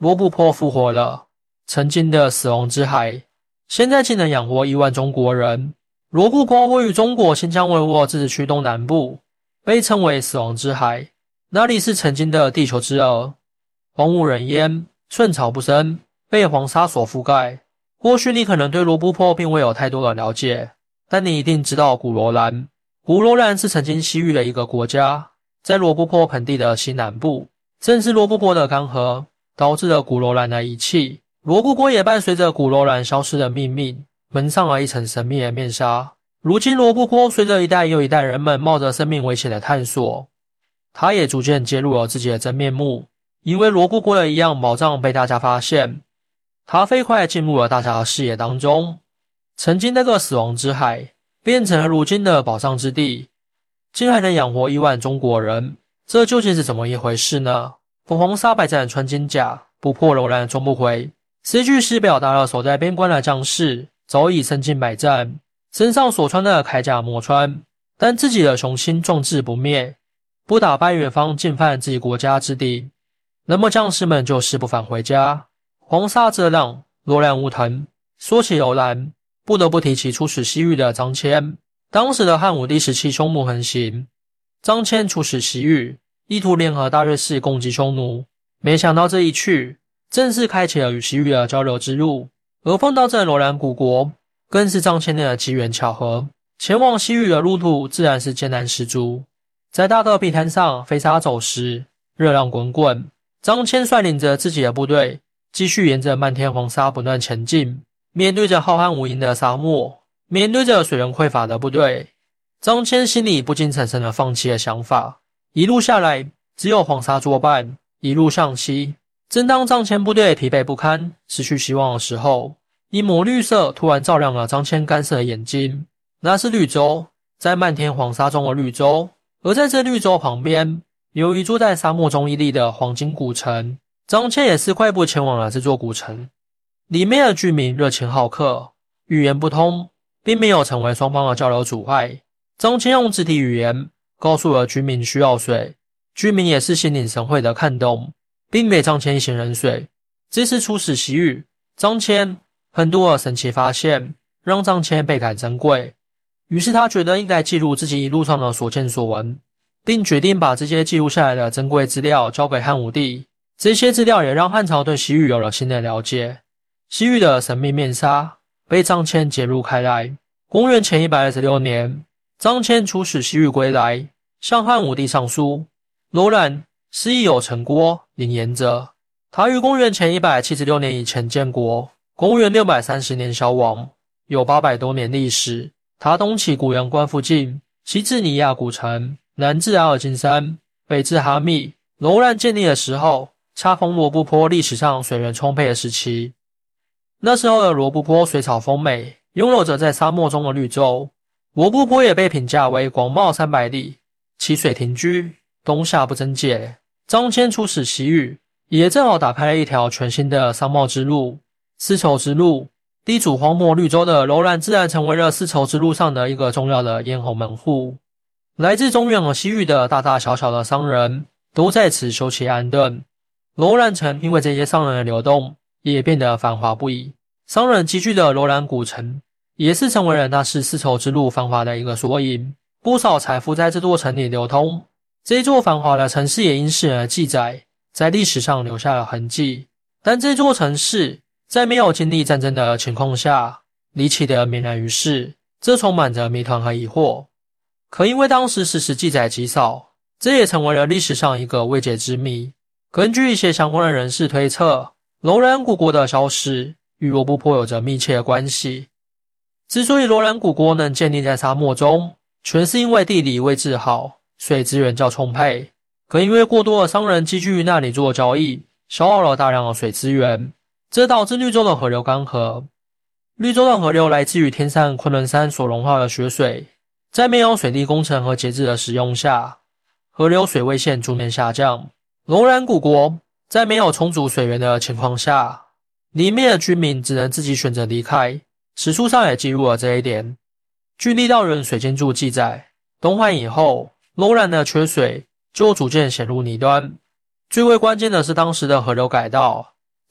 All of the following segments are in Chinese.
罗布泊复活了，曾经的死亡之海，现在竟能养活1万中国人。罗布泊位于中国新疆维吾尔自治区东南部，被称为死亡之海，那里是曾经的地球之耳，荒无人烟，寸草不生，被黄沙所覆盖。或许你可能对罗布泊并未有太多的了解，但你一定知道古罗兰。古罗兰是曾经西域的一个国家，在罗布泊盆地的西南部。正是罗布泊的干涸导致了古罗兰的遗弃，罗布泊也伴随着古罗兰消失的命运蒙上了一层神秘的面纱。如今罗布泊随着一代又一代人们冒着生命危险的探索，它也逐渐揭露了自己的真面目。因为罗布泊的一样宝藏被大家发现，它飞快进入了大家的视野当中，曾经那个死亡之海变成了如今的宝藏之地，竟还能养活1万中国人，这究竟是怎么一回事呢？粉红纱百战穿金甲，不破楼兰终不回。此句诗表达了守在边关的将士早已身经百战，身上所穿的铠甲磨穿，但自己的雄心壮志不灭，不打败远方进犯自己国家之敌，那么将士们就誓不返回家。黄沙遮浪，罗兰无藤。说起楼兰，不得不提起出使西域的张骞。当时的汉武帝时期匈奴横行，张骞出使西域，意图联合大月氏攻击匈奴，没想到这一去，正式开启了与西域的交流之路。而碰到这罗兰古国，更是张骞的机缘巧合。前往西域的路途自然是艰难十足，在大戈壁滩上飞沙走石，热浪滚滚。张骞率领着自己的部队，继续沿着漫天黄沙不断前进。面对着浩瀚无垠的沙漠，面对着水源匮乏的部队，张骞心里不禁产生了放弃的想法。一路下来，只有黄沙作伴，一路向西。正当张骞部队疲惫不堪，失去希望的时候，一抹绿色突然照亮了张骞干涩的眼睛。那是绿洲，在漫天黄沙中的绿洲。而在这绿洲旁边，有一座在沙漠中屹立的黄金古城。张骞也是快步前往了这座古城。里面的居民热情好客，语言不通，并没有成为双方的交流阻碍。张骞用肢体语言告诉了居民需要水，居民也是心领神会的看懂，并给张骞一行人水。这次出使西域，张骞很多的神奇发现让张骞倍感珍贵，于是他觉得应该记录自己一路上的所见所闻，并决定把这些记录下来的珍贵资料交给汉武帝。这些资料也让汉朝对西域有了新的了解，西域的神秘面纱被张骞揭露开来。公元前126年，张骞出使西域归来，向汉武帝上书。罗兰是亦有成郭，引言者。他于公元前176年以前建国，公元630年消亡，有800多年历史。他东起古阳关附近，西至尼亚古城，南至阿尔金山，北至哈密。罗兰建立的时候，恰逢罗布泊历史上水源充沛的时期。那时候的罗布泊水草丰美，拥有着在沙漠中的绿洲。罗布泊也被评价为广袤300里，其水停居，冬夏不增介。张骞出使西域，也正好打开了一条全新的商贸之路，丝绸之路。地处荒漠绿洲的楼兰自然成为了丝绸之路上的一个重要的咽喉门户。来自中原和西域的大大小小的商人都在此休憩安顿。楼兰城因为这些商人的流动，也变得繁华不已。商人集聚的楼兰古城，也是成为了那是丝绸之路繁华的一个缩影。不少财富在这座城里流通，这座繁华的城市也因世人的记载，在历史上留下了痕迹。但这座城市在没有经历战争的情况下，离奇的泯然于世，这充满着谜团和疑惑。可因为当时史实记载极少，这也成为了历史上一个未解之谜。根据一些相关的人士推测，楼兰古国的消失与罗布泊有着密切的关系。之所以楼兰古国能建立在沙漠中，全是因为地理位置好，水资源较充沛。可因为过多的商人积聚于那里做交易，消耗了大量的水资源，这导致绿洲的河流干涸。绿洲的河流来自于天山昆仑山所融化的雪水，在没有水利工程和节制的使用下，河流水位线逐年下降。楼兰古国在没有充足水源的情况下，里面的居民只能自己选择离开，史书上也记录了这一点。据历道人水经注记载，东汉以后，楼兰的缺水就逐渐显露泥端。最为关键的是当时的河流改道，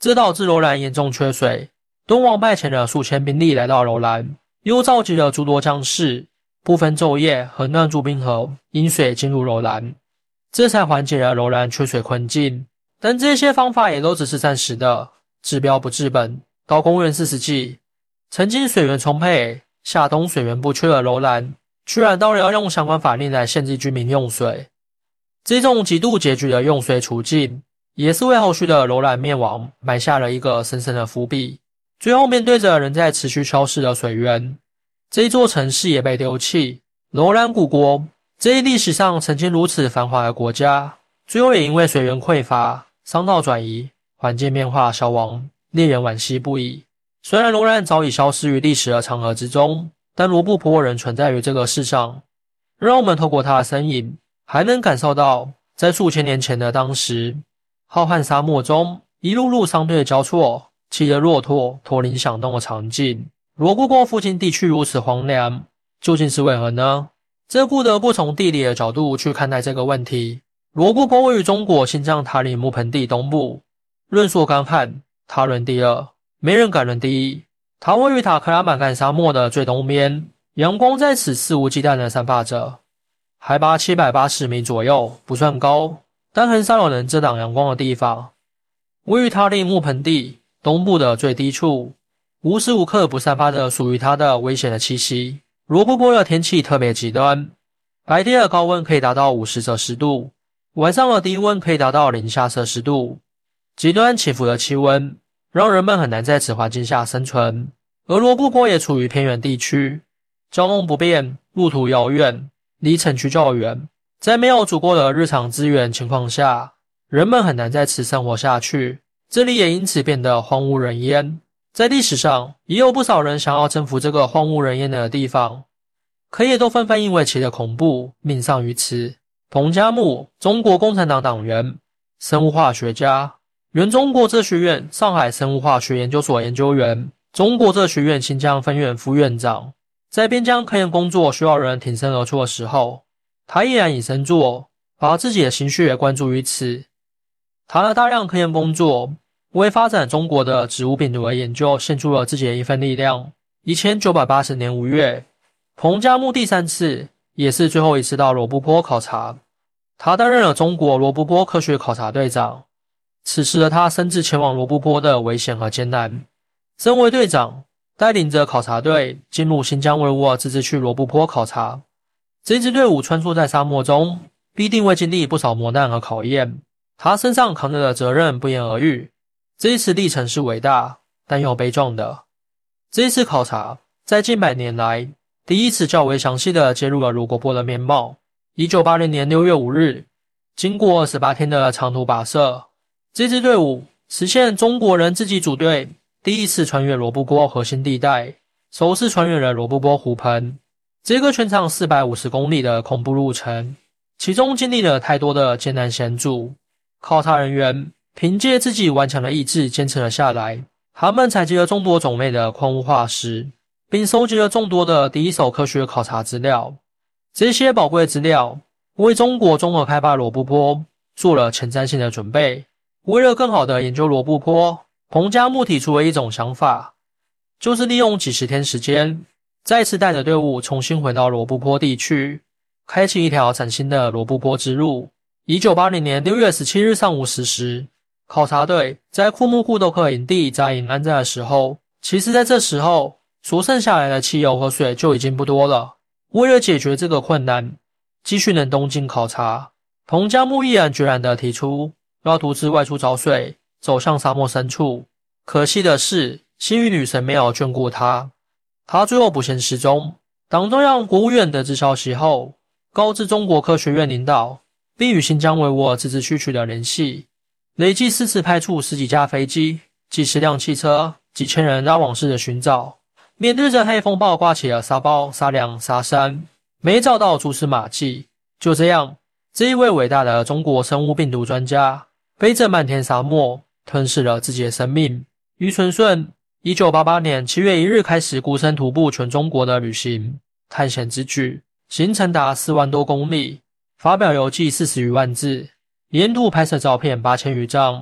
这导致楼兰严重缺水。敦煌派遣了数千兵力来到楼兰，又召集了诸多将士，不分昼夜横断诸滨河，引水进入楼兰，这才缓解了楼兰缺水困境。但这些方法也都只是暂时的，治标不治本。到公元4世纪，曾经水源充沛、夏冬水源不缺的楼兰，居然到了要用相关法令来限制居民用水。这种极度拮据的用水处境，也是为后续的楼兰灭亡埋下了一个深深的伏笔。最后面对着仍在持续消失的水源，这一座城市也被丢弃。楼兰古国，这一历史上曾经如此繁华的国家，最后也因为水源匮乏、商道转移、环境变化消亡，令人惋惜不已。虽然楼兰早已消失于历史的长河之中，但罗布泊仍存在于这个世上，让我们透过它的身影，还能感受到在数千年前的当时，浩瀚沙漠中一路路商队交错，骑着骆驼驼铃响动的场景。罗布泊附近地区如此荒凉，究竟是为何呢？这不得不从地理的角度去看待这个问题。罗布泊位于中国新疆塔里木盆地东部，论硕干旱，它论第二，没人敢论第一。它位于塔克拉玛干沙漠的最东边，阳光在此肆无忌惮地散发着，海拔780米左右，不算高，但很少有能遮挡阳光的地方。位于塔里木盆地东部的最低处，无时无刻不散发着属于它的危险的气息。罗布泊的天气特别极端，白天的高温可以达到50摄氏度，晚上的低温可以达到0下摄氏度。极端起伏的气温让人们很难在此环境下生存。而罗布泊也处于偏远地区，交通不便，路途遥远，离城区较远，在没有足够的日常资源情况下，人们很难在此生活下去。这里也因此变得荒无人烟。在历史上，也有不少人想要征服这个荒无人烟的地方，可也都纷纷因为其的恐怖命丧于此。彭加木，中国共产党党员，生物化学家，原中国哲学院上海生物化学研究所研究员，中国哲学院新疆分院副院长。在边疆科研工作需要人挺身而出的时候，他依然以身作，把自己的心血关注于此。他的大量科研工作为发展中国的植物病毒的研究献出了自己的一份力量。1980年5月，彭加木第3次也是最后一次到罗布泊考察，他担任了中国罗布泊科学考察队长。此时的他深知前往罗布泊的危险和艰难，身为队长，带领着考察队进入新疆维吾尔自治区罗布泊考察。这支队伍穿梭在沙漠中，必定会经历不少磨难和考验，他身上扛着的责任不言而喻。这一次历程是伟大但又悲壮的。这一次考察在近100年来第一次较为详细地揭露了罗布泊的面貌。1980年6月5日，经过28天的长途跋涉，这支队伍实现中国人自己组队第一次穿越罗布泊核心地带，首次穿越了罗布泊湖盆，这个全长450公里的恐怖路程，其中经历了太多的艰难险阻。考察人员凭借自己顽强的意志坚持了下来，他们采集了众多种类的矿物化石，并收集了众多的第一手科学考察资料。这些宝贵资料为中国综合开发罗布泊做了前瞻性的准备。为了更好地研究罗布泊，彭加木提出了一种想法，就是利用几十天时间，再次带着队伍重新回到罗布泊地区，开启一条崭新的罗布泊之路。1980年6月17日上午10时，考察队在库木库豆克营地扎营安站的时候，其实在这时候所剩下来的汽油和水就已经不多了。为了解决这个困难，继续能东进考察，彭加木毅然决然地提出要独自外出找水，走向沙漠深处。可惜的是，幸运女神没有眷顾他，他最后不幸失踪。党中央国务院得知消息后，告知中国科学院领导，并与新疆维吾尔自治区取得联系，累计4次派出10几架飞机、几十辆汽车、几千人拉网式的寻找。面对着黑风暴刮起了沙包、沙梁、沙山，没找到蛛丝马迹。就这样，这一位伟大的中国生物病毒专家背着漫天沙漠吞噬了自己的生命。于存顺1988年7月1日开始孤身徒步全中国的旅行探险之举，行程达4万多公里，发表游记40余万字，沿途拍摄照片8000余张。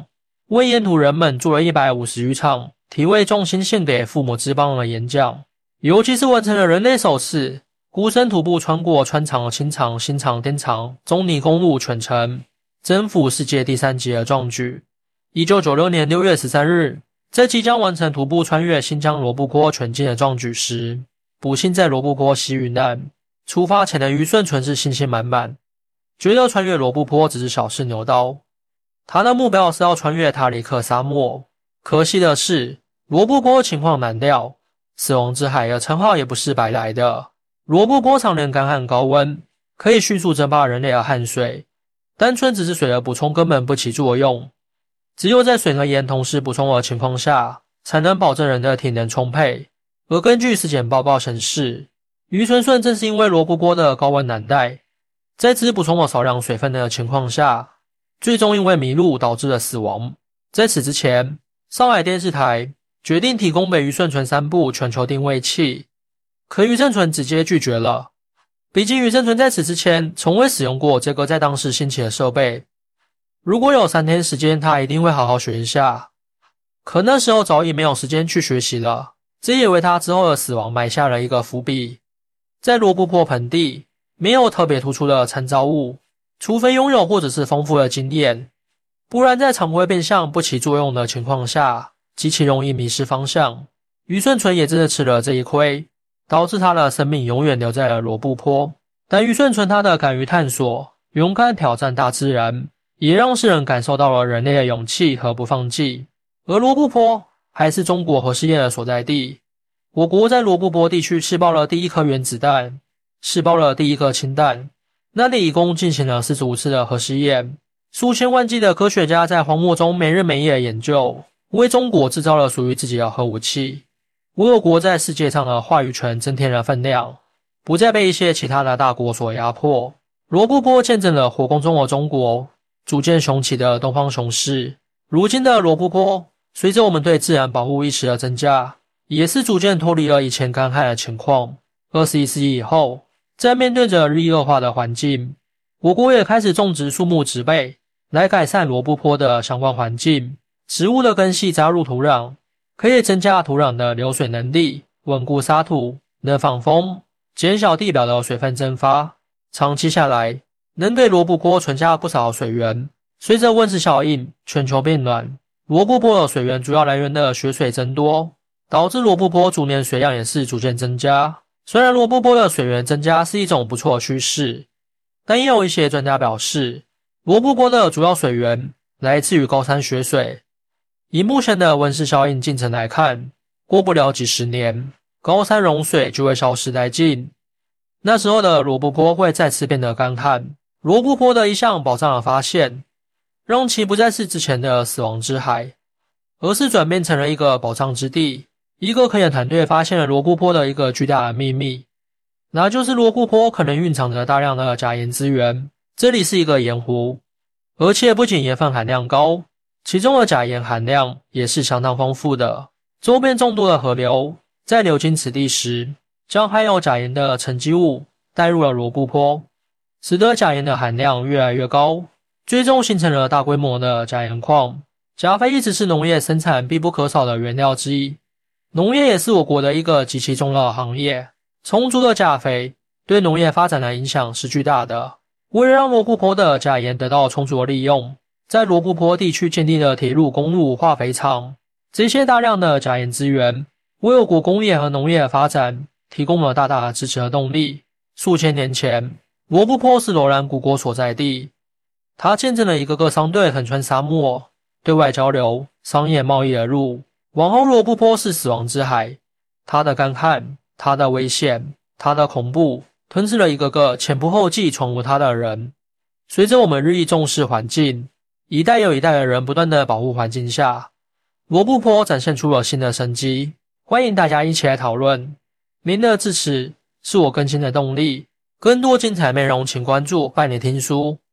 为沿途人们做了150余场题为衷心献给父母之邦的演讲，尤其是完成了人类首次孤身徒步穿过川长、新长、新长、滇长、中尼公路全程，征服世界第3级的壮举。1996年6月13日，在即将完成徒步穿越新疆罗布泊全境的壮举时，不幸在罗布泊西遇难。出发前的于顺纯是信心满满，觉得穿越罗布泊只是小试牛刀，他的目标是要穿越塔里克沙漠。可惜的是，罗布泊情况难料，死亡之海的称号也不是白来的。罗布泊常年干旱高温，可以迅速蒸发人类的汗水，单纯只是水的补充根本不起作用，只有在水和盐同时补充的情况下，才能保证人的体能充沛。而根据尸检报告显示，于纯顺正是因为罗布泊的高温难耐，在只补充了少量水分的情况下，最终因为迷路导致了死亡。在此之前，上海电视台决定提供给于顺纯3部全球定位器，可于顺纯直接拒绝了。毕竟于顺纯在此之前从未使用过这个在当时兴起的设备，如果有3天时间，他一定会好好学一下。可那时候早已没有时间去学习了，这也为他之后的死亡埋下了一个伏笔。在罗布泊盆地，没有特别突出的参照物，除非拥有或者是丰富的经验，不然在常规变向不起作用的情况下，极其容易迷失方向。于顺纯也真的吃了这一亏，导致他的生命永远留在了罗布泊。但于顺纯他的敢于探索、勇敢挑战大自然，也让世人感受到了人类的勇气和不放弃。而罗布泊还是中国核试验的所在地，我国在罗布泊地区试爆了第1颗原子弹，试爆了第1个氢弹，那里一共进行了45次的核试验，数千万计的科学家在荒漠中没日没夜研究，为中国制造了属于自己的核武器。我国在世界上的话语权增添了分量，不再被一些其他的大国所压迫。罗布泊见证了火攻中的中国逐渐雄起的东方雄狮。如今的罗布泊，随着我们对自然保护意识的增加，也是逐渐脱离了以前干旱的情况。21世纪以后，在面对着日益恶化的环境，我国也开始种植树木植被，来改善罗布泊的相关环境。植物的根系扎入土壤，可以增加土壤的流水能力，稳固沙土，能防风，减小地表的水分蒸发。长期下来，能给罗布泊存下不少水源。随着温室效应，全球变暖，罗布泊的水源主要来源的雪水增多，导致罗布泊逐年水量也是逐渐增加。虽然罗布泊的水源增加是一种不错的趋势，但也有一些专家表示，罗布泊的主要水源来自于高山雪水。以目前的温室效应进程来看，过不了几十年，高山融水就会消失殆尽。那时候的罗布泊会再次变得干旱。罗布泊的一项宝藏的发现，让其不再是之前的死亡之海，而是转变成了一个宝藏之地。一个科研团队发现了罗布泊的一个巨大的秘密，那就是罗布泊可能蕴藏着大量的钾盐资源。这里是一个盐湖，而且不仅盐分含量高，其中的钾盐含量也是相当丰富的。周边众多的河流在流经此地时，将含有钾盐的沉积物带入了罗布泊，使得钾盐的含量越来越高，最终形成了大规模的钾盐矿。钾肥一直是农业生产必不可少的原料之一，农业也是我国的一个极其重要的行业。充足的钾肥对农业发展的影响是巨大的。为了让罗布泊的钾盐得到充足的利用，在罗布泊地区建立了铁路、公路、化肥厂，这些大量的钾盐资源为我国工业和农业的发展提供了大大的支持和动力。数千年前，罗布泊是罗兰古国所在地，它见证了一个个商队横穿沙漠，对外交流、商业贸易的路。往后罗布泊是死亡之海，它的干旱、它的危险、它的恐怖，吞噬了一个个前仆后继闯入它的人。随着我们日益重视环境，一代又一代的人不断的保护环境下，罗布泊展现出了新的生机。欢迎大家一起来讨论，您的支持是我更新的动力。更多精彩内容请关注拜你听书。